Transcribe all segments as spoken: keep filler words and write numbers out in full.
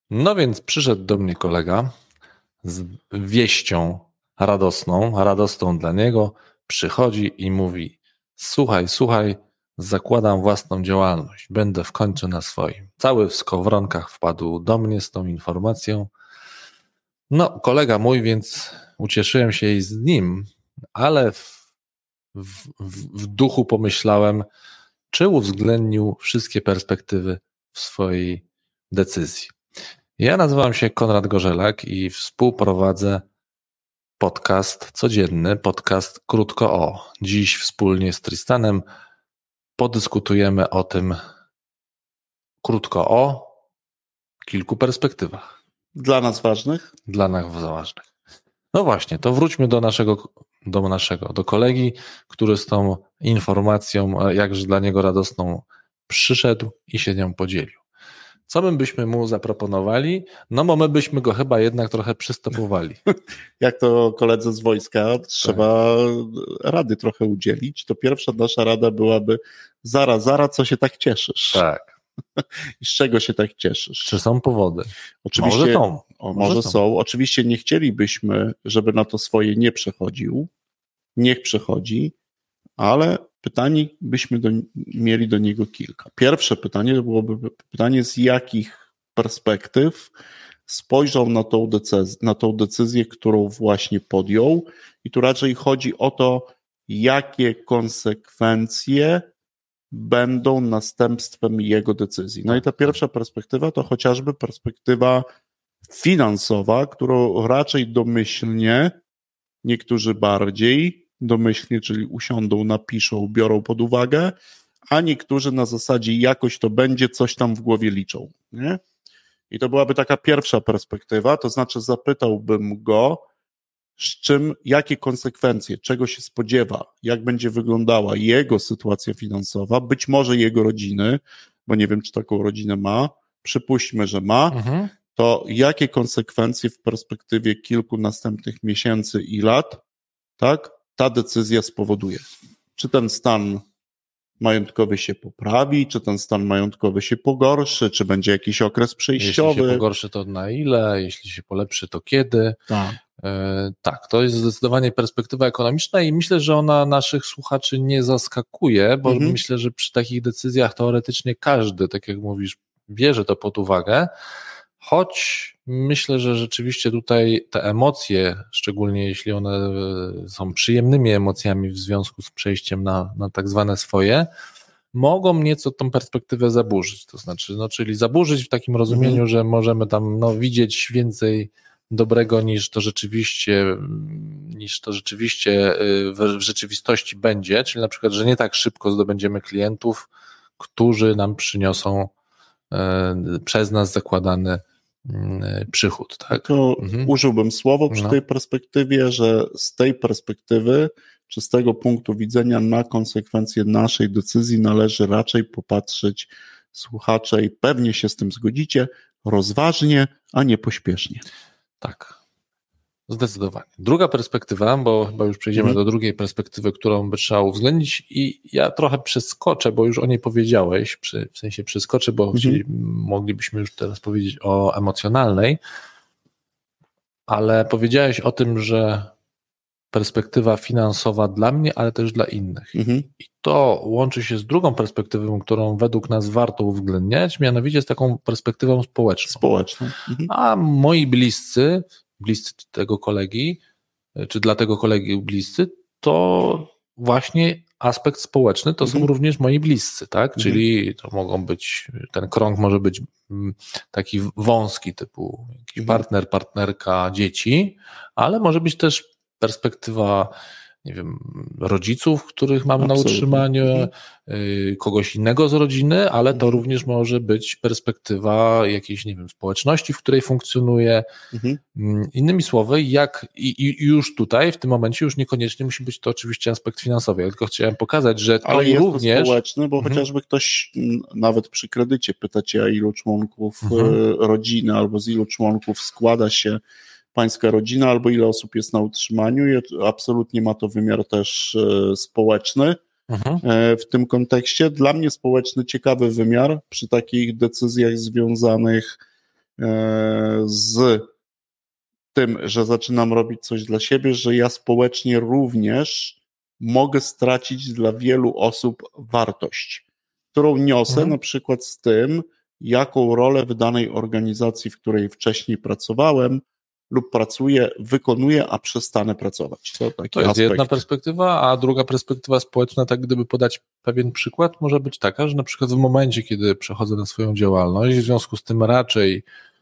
No więc przyszedł do mnie kolega z wieścią radosną, radosną dla niego, przychodzi i mówi: słuchaj, słuchaj, zakładam własną działalność, będę w końcu na swoim. Cały w skowronkach wpadł do mnie z tą informacją. No, kolega mój, więc ucieszyłem się i z nim, ale w, w, w duchu pomyślałem, czy uwzględnił wszystkie perspektywy w swojej decyzji. Ja nazywam się Konrad Gorzelak i współprowadzę podcast codzienny, podcast Krótko O. Dziś wspólnie z Tristanem podyskutujemy o tym krótko o kilku perspektywach. Dla nas ważnych? Dla nas ważnych. No właśnie, to wróćmy do naszego, do naszego, do kolegi, który z tą informacją, jakże dla niego radosną, przyszedł i się nią podzielił. Co my byśmy mu zaproponowali? No bo my byśmy go chyba jednak trochę przystopowali. Jak to koledze z wojska, trzeba tak. rady trochę udzielić. To pierwsza nasza rada byłaby: Zara, Zara, co się tak cieszysz? Tak. I z czego się tak cieszysz? Czy są powody? Oczywiście, może są. O, może, może są. są. Oczywiście nie chcielibyśmy, żeby na to swoje nie przechodził. Niech przechodzi, ale pytań byśmy do, mieli do niego kilka. Pierwsze pytanie to byłoby pytanie, z jakich perspektyw spojrzał na tą decyzję, na tą decyzję, którą właśnie podjął, i tu raczej chodzi o to, jakie konsekwencje będą następstwem jego decyzji. No i ta pierwsza perspektywa to chociażby perspektywa finansowa, którą raczej domyślnie, niektórzy bardziej domyślnie, czyli usiądą, napiszą, biorą pod uwagę, a niektórzy na zasadzie jakoś to będzie, coś tam w głowie liczą. Nie? I to byłaby taka pierwsza perspektywa, to znaczy zapytałbym go, z czym, jakie konsekwencje, czego się spodziewa, jak będzie wyglądała jego sytuacja finansowa, być może jego rodziny, bo nie wiem, czy taką rodzinę ma, przypuśćmy, że ma, mhm. to jakie konsekwencje w perspektywie kilku następnych miesięcy i lat, tak, ta decyzja spowoduje. Czy ten stan majątkowy się poprawi, czy ten stan majątkowy się pogorszy, czy będzie jakiś okres przejściowy. Jeśli się pogorszy, to na ile? Jeśli się polepszy, to kiedy? Tak. E, tak, to jest zdecydowanie perspektywa ekonomiczna i myślę, że ona naszych słuchaczy nie zaskakuje, bo mhm. myślę, że przy takich decyzjach teoretycznie każdy, tak jak mówisz, bierze to pod uwagę, choć myślę, że rzeczywiście tutaj te emocje, szczególnie jeśli one są przyjemnymi emocjami w związku z przejściem na, na tak zwane swoje, mogą nieco tą perspektywę zaburzyć. To znaczy, no, czyli zaburzyć w takim rozumieniu, mhm. że możemy tam no, widzieć więcej dobrego niż to rzeczywiście, niż to rzeczywiście w, w rzeczywistości będzie, czyli na przykład, że nie tak szybko zdobędziemy klientów, którzy nam przyniosą e, przez nas zakładany przychód, tak? To mhm. użyłbym słowo przy no. tej perspektywie, że z tej perspektywy, czy z tego punktu widzenia na konsekwencje naszej decyzji należy raczej popatrzeć, słuchacze, i pewnie się z tym zgodzicie, rozważnie, a nie pośpiesznie. Tak, zdecydowanie. Druga perspektywa, bo chyba już przejdziemy mhm. do drugiej perspektywy, którą by trzeba uwzględnić, i ja trochę przeskoczę, bo już o niej powiedziałeś, przy, w sensie przeskoczę, bo mhm. czyli moglibyśmy już teraz powiedzieć o emocjonalnej, ale powiedziałeś o tym, że perspektywa finansowa dla mnie, ale też dla innych. Mhm. I to łączy się z drugą perspektywą, którą według nas warto uwzględniać, mianowicie z taką perspektywą społeczną. Społeczną. Mhm. A moi bliscy, bliscy tego kolegi, czy dla tego kolegi bliscy, to właśnie aspekt społeczny to mhm. są również moi bliscy, tak? Mhm. Czyli to mogą być, ten krąg może być taki wąski, typu jakiś mhm. partner, partnerka, dzieci, ale może być też perspektywa, nie wiem, rodziców, których mamy Absolutnie. na utrzymaniu, mhm. kogoś innego z rodziny, ale to mhm. również może być perspektywa jakiejś, nie wiem, społeczności, w której funkcjonuje. Mhm. Innymi słowy, jak i, i już tutaj, w tym momencie już niekoniecznie musi być to oczywiście aspekt finansowy. Ja tylko chciałem pokazać, że to ale jest również... to społeczny, bo mhm. chociażby ktoś nawet przy kredycie pyta cię, a ilu członków mhm. rodziny albo z ilu członków składa się pańska rodzina, albo ile osób jest na utrzymaniu, i absolutnie ma to wymiar też e, społeczny mhm. e, w tym kontekście. Dla mnie społeczny, ciekawy wymiar przy takich decyzjach związanych z tym, że zaczynam robić coś dla siebie, że ja społecznie również mogę stracić dla wielu osób wartość, którą niosę mhm. na przykład z tym, jaką rolę w danej organizacji, w której wcześniej pracowałem lub pracuję, wykonuję, a przestanę pracować. To, taki to jest aspekt. Jedna perspektywa, a druga perspektywa społeczna, tak gdyby podać pewien przykład, może być taka, że na przykład w momencie, kiedy przechodzę na swoją działalność, w związku z tym raczej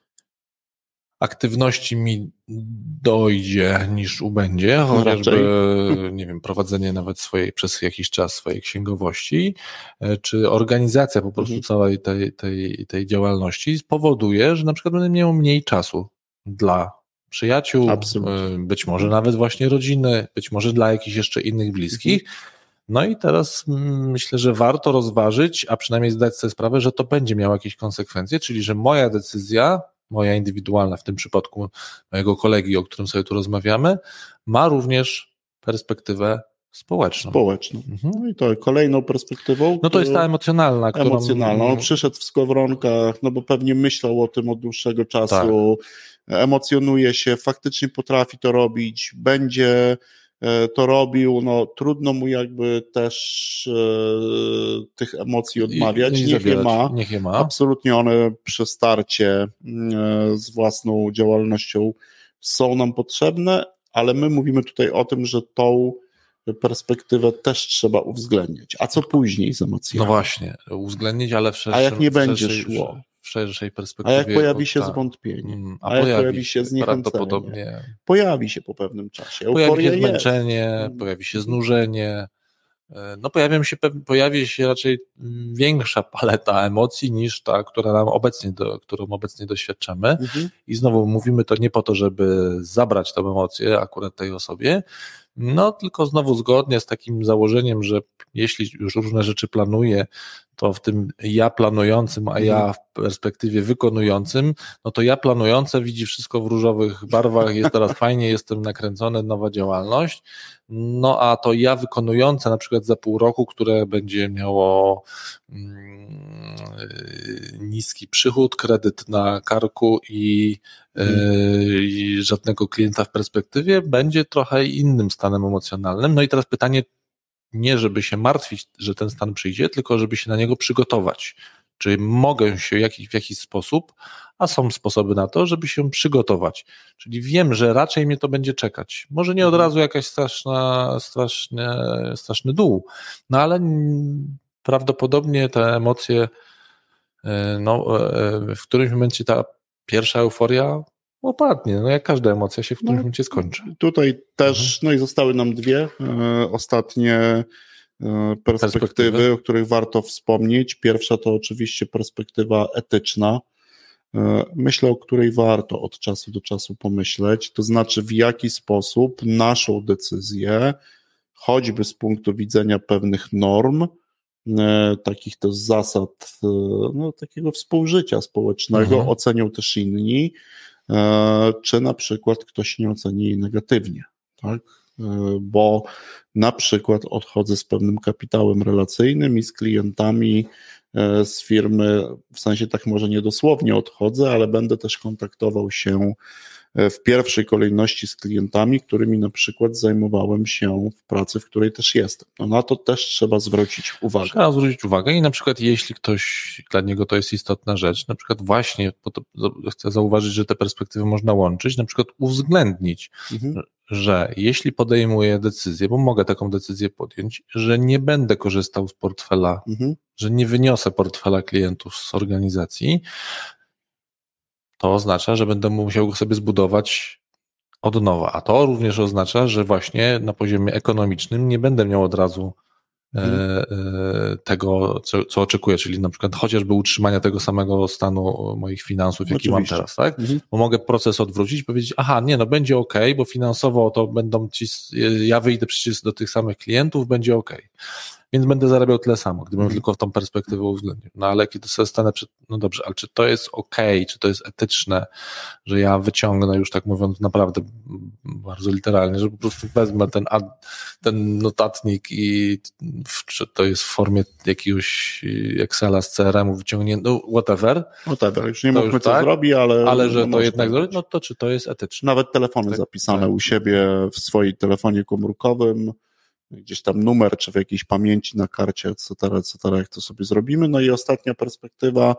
aktywności mi dojdzie niż ubędzie, chociażby, raczej. nie wiem, prowadzenie nawet swojej, przez jakiś czas swojej księgowości, czy organizacja po prostu mhm. całej tej, tej, tej działalności spowoduje, że na przykład będę miał mniej czasu dla przyjaciół, Absolutnie. być może nawet właśnie rodziny, być może dla jakichś jeszcze innych bliskich. Mhm. No i teraz myślę, że warto rozważyć, a przynajmniej zdać sobie sprawę, że to będzie miało jakieś konsekwencje, czyli że moja decyzja, moja indywidualna, w tym przypadku mojego kolegi, o którym sobie tu rozmawiamy, ma również perspektywę społeczną. Społeczną. Mhm. No i to kolejną perspektywą. No to jest ta emocjonalna. Którą... Emocjonalna. On przyszedł w skowronkach, no bo pewnie myślał o tym od dłuższego czasu, tak. emocjonuje się, faktycznie potrafi to robić, będzie to robił, no trudno mu jakby też e, tych emocji odmawiać, I, i niech, je ma. niech je ma. Absolutnie one przy starcie e, z własną działalnością są nam potrzebne, ale my mówimy tutaj o tym, że tą perspektywę też trzeba uwzględniać. A co później z emocjami? No właśnie, uwzględnić, ale w szerszym, A jak nie będzie szerszej, szło? W szerszej perspektywie. A jak pojawi się zwątpienie? A, a jak pojawi, pojawi się zniechęcenie? Prawdopodobnie. Pojawi się po pewnym czasie. Euforia pojawi się zmęczenie, jest. pojawi się znużenie. No pojawi się, pojawi się raczej większa paleta emocji niż ta, która nam obecnie, do, którą obecnie doświadczamy. Mhm. I znowu mówimy to nie po to, żeby zabrać tę emocję akurat tej osobie, no tylko znowu zgodnie z takim założeniem, że jeśli już różne rzeczy planuję, to w tym ja planującym, a ja w perspektywie wykonującym, no to ja planujące widzi wszystko w różowych barwach, jest teraz fajnie, jestem nakręcony, nowa działalność, no a to ja wykonujące na przykład za pół roku, które będzie miało mm, niski przychód, kredyt na karku i, yy, i żadnego klienta w perspektywie, będzie trochę innym stanem emocjonalnym. No i teraz pytanie, nie żeby się martwić, że ten stan przyjdzie, tylko żeby się na niego przygotować. Czy mogę się jakiś, w jakiś sposób, a są sposoby na to, żeby się przygotować. Czyli wiem, że raczej mnie to będzie czekać. Może nie od razu jakaś straszna, strasznie, straszny dół, no ale prawdopodobnie te emocje, no, w którymś momencie ta pierwsza euforia opadnie, no jak każda emocja się w którymś no, momencie skończy. Tutaj też, mhm. no i zostały nam dwie e, ostatnie e, perspektywy, perspektywy, o których warto wspomnieć. Pierwsza to oczywiście perspektywa etyczna, e, myślę, o której warto od czasu do czasu pomyśleć, to znaczy w jaki sposób naszą decyzję, choćby z punktu widzenia pewnych norm, e, takich też zasad, e, no, takiego współżycia społecznego mhm. ocenią też inni, czy na przykład ktoś nie oceni jej negatywnie, tak? Bo na przykład odchodzę z pewnym kapitałem relacyjnym i z klientami z firmy, w sensie tak może nie dosłownie odchodzę, ale będę też kontaktował się w pierwszej kolejności z klientami, którymi na przykład zajmowałem się w pracy, w której też jestem. No na to też trzeba zwrócić uwagę. Trzeba zwrócić uwagę i na przykład jeśli ktoś, dla niego to jest istotna rzecz, na przykład właśnie, bo to chcę zauważyć, że te perspektywy można łączyć, na przykład uwzględnić, mhm. że jeśli podejmuję decyzję, bo mogę taką decyzję podjąć, że nie będę korzystał z portfela, mhm. że nie wyniosę portfela klientów z organizacji, to oznacza, że będę musiał go sobie zbudować od nowa, a to również oznacza, że właśnie na poziomie ekonomicznym nie będę miał od razu mhm. e, tego, co, co oczekuję, czyli na przykład chociażby utrzymania tego samego stanu moich finansów, jaki Oczywiście. mam teraz, tak? Mhm. Bo mogę proces odwrócić i powiedzieć, aha, nie, no będzie ok, bo finansowo to będą ci, ja wyjdę przecież do tych samych klientów, będzie ok. więc będę zarabiał tyle samo, gdybym Mhm. tylko w tą perspektywę uwzględnił. No ale kiedy sobie stanę przed, no dobrze, ale czy to jest okej, okay, czy to jest etyczne, że ja wyciągnę, już tak mówiąc naprawdę bardzo literalnie, że po prostu wezmę ten, ad, ten notatnik i w, czy to jest w formie jakiegoś Excela z C R M-u wyciągnie, no whatever. Whatever, już nie To mówmy już co tak, zrobi, ale... Ale że no to może jednak tak zrobi, być. no to czy to jest etyczne? Nawet telefony Tak, zapisane tak. u siebie w swoim telefonie komórkowym, gdzieś tam numer, czy w jakiejś pamięci na karcie, et cetera, et cetera, jak to sobie zrobimy. No i ostatnia perspektywa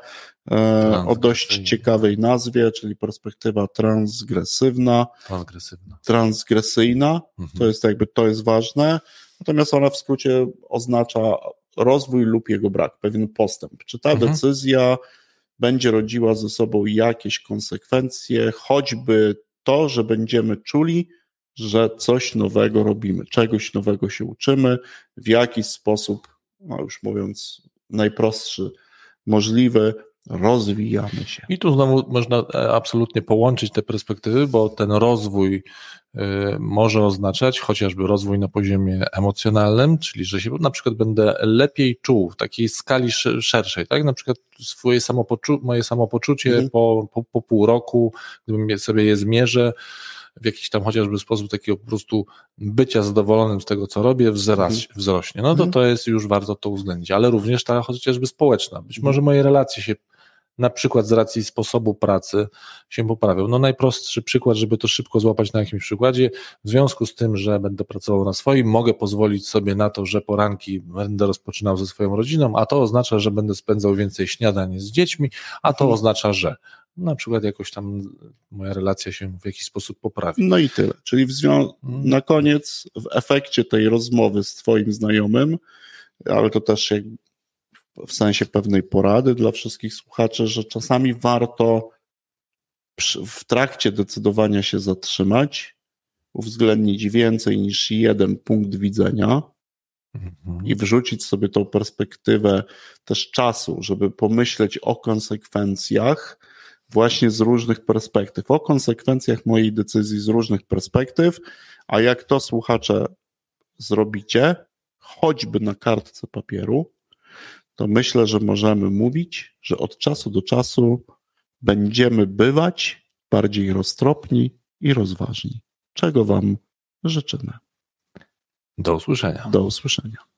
e, o dość ciekawej nazwie, czyli perspektywa transgresywna, Transgresywna. transgresyjna, Mhm. to jest jakby, to jest ważne, natomiast ona w skrócie oznacza rozwój lub jego brak, pewien postęp. Czy ta Mhm. decyzja będzie rodziła ze sobą jakieś konsekwencje, choćby to, że będziemy czuli, że coś nowego robimy, czegoś nowego się uczymy, w jakiś sposób, no już mówiąc najprostszy możliwy, rozwijamy się. I tu znowu można absolutnie połączyć te perspektywy, bo ten rozwój y, może oznaczać chociażby rozwój na poziomie emocjonalnym, czyli że się na przykład będę lepiej czuł w takiej skali szerszej, tak? Na przykład swoje samopoczu- moje samopoczucie mhm. po, po, po pół roku, gdybym sobie je zmierzę, w jakiś tam chociażby sposób takiego po prostu bycia zadowolonym z tego, co robię, wzras, mhm. wzrośnie. No to mhm. to jest już warto to uwzględnić, ale również ta chociażby społeczna. Być może moje relacje się na przykład z racji sposobu pracy się poprawią. No najprostszy przykład, żeby to szybko złapać na jakimś przykładzie, w związku z tym, że będę pracował na swoim, mogę pozwolić sobie na to, że poranki będę rozpoczynał ze swoją rodziną, a to oznacza, że będę spędzał więcej śniadań z dziećmi, a to mhm. oznacza, że na przykład jakoś tam moja relacja się w jakiś sposób poprawi. No i tyle. Czyli w zwią- hmm. na koniec w efekcie tej rozmowy z twoim znajomym, ale to też jak w sensie pewnej porady dla wszystkich słuchaczy, że czasami warto przy, w trakcie decydowania się zatrzymać, uwzględnić więcej niż jeden punkt widzenia mhm. i wrzucić sobie tą perspektywę też czasu, żeby pomyśleć o konsekwencjach właśnie z różnych perspektyw, o konsekwencjach mojej decyzji z różnych perspektyw, a jak to słuchacze zrobicie, choćby na kartce papieru, to myślę, że możemy mówić, że od czasu do czasu będziemy bywać bardziej roztropni i rozważni. Czego wam życzymy. Do usłyszenia. Do usłyszenia.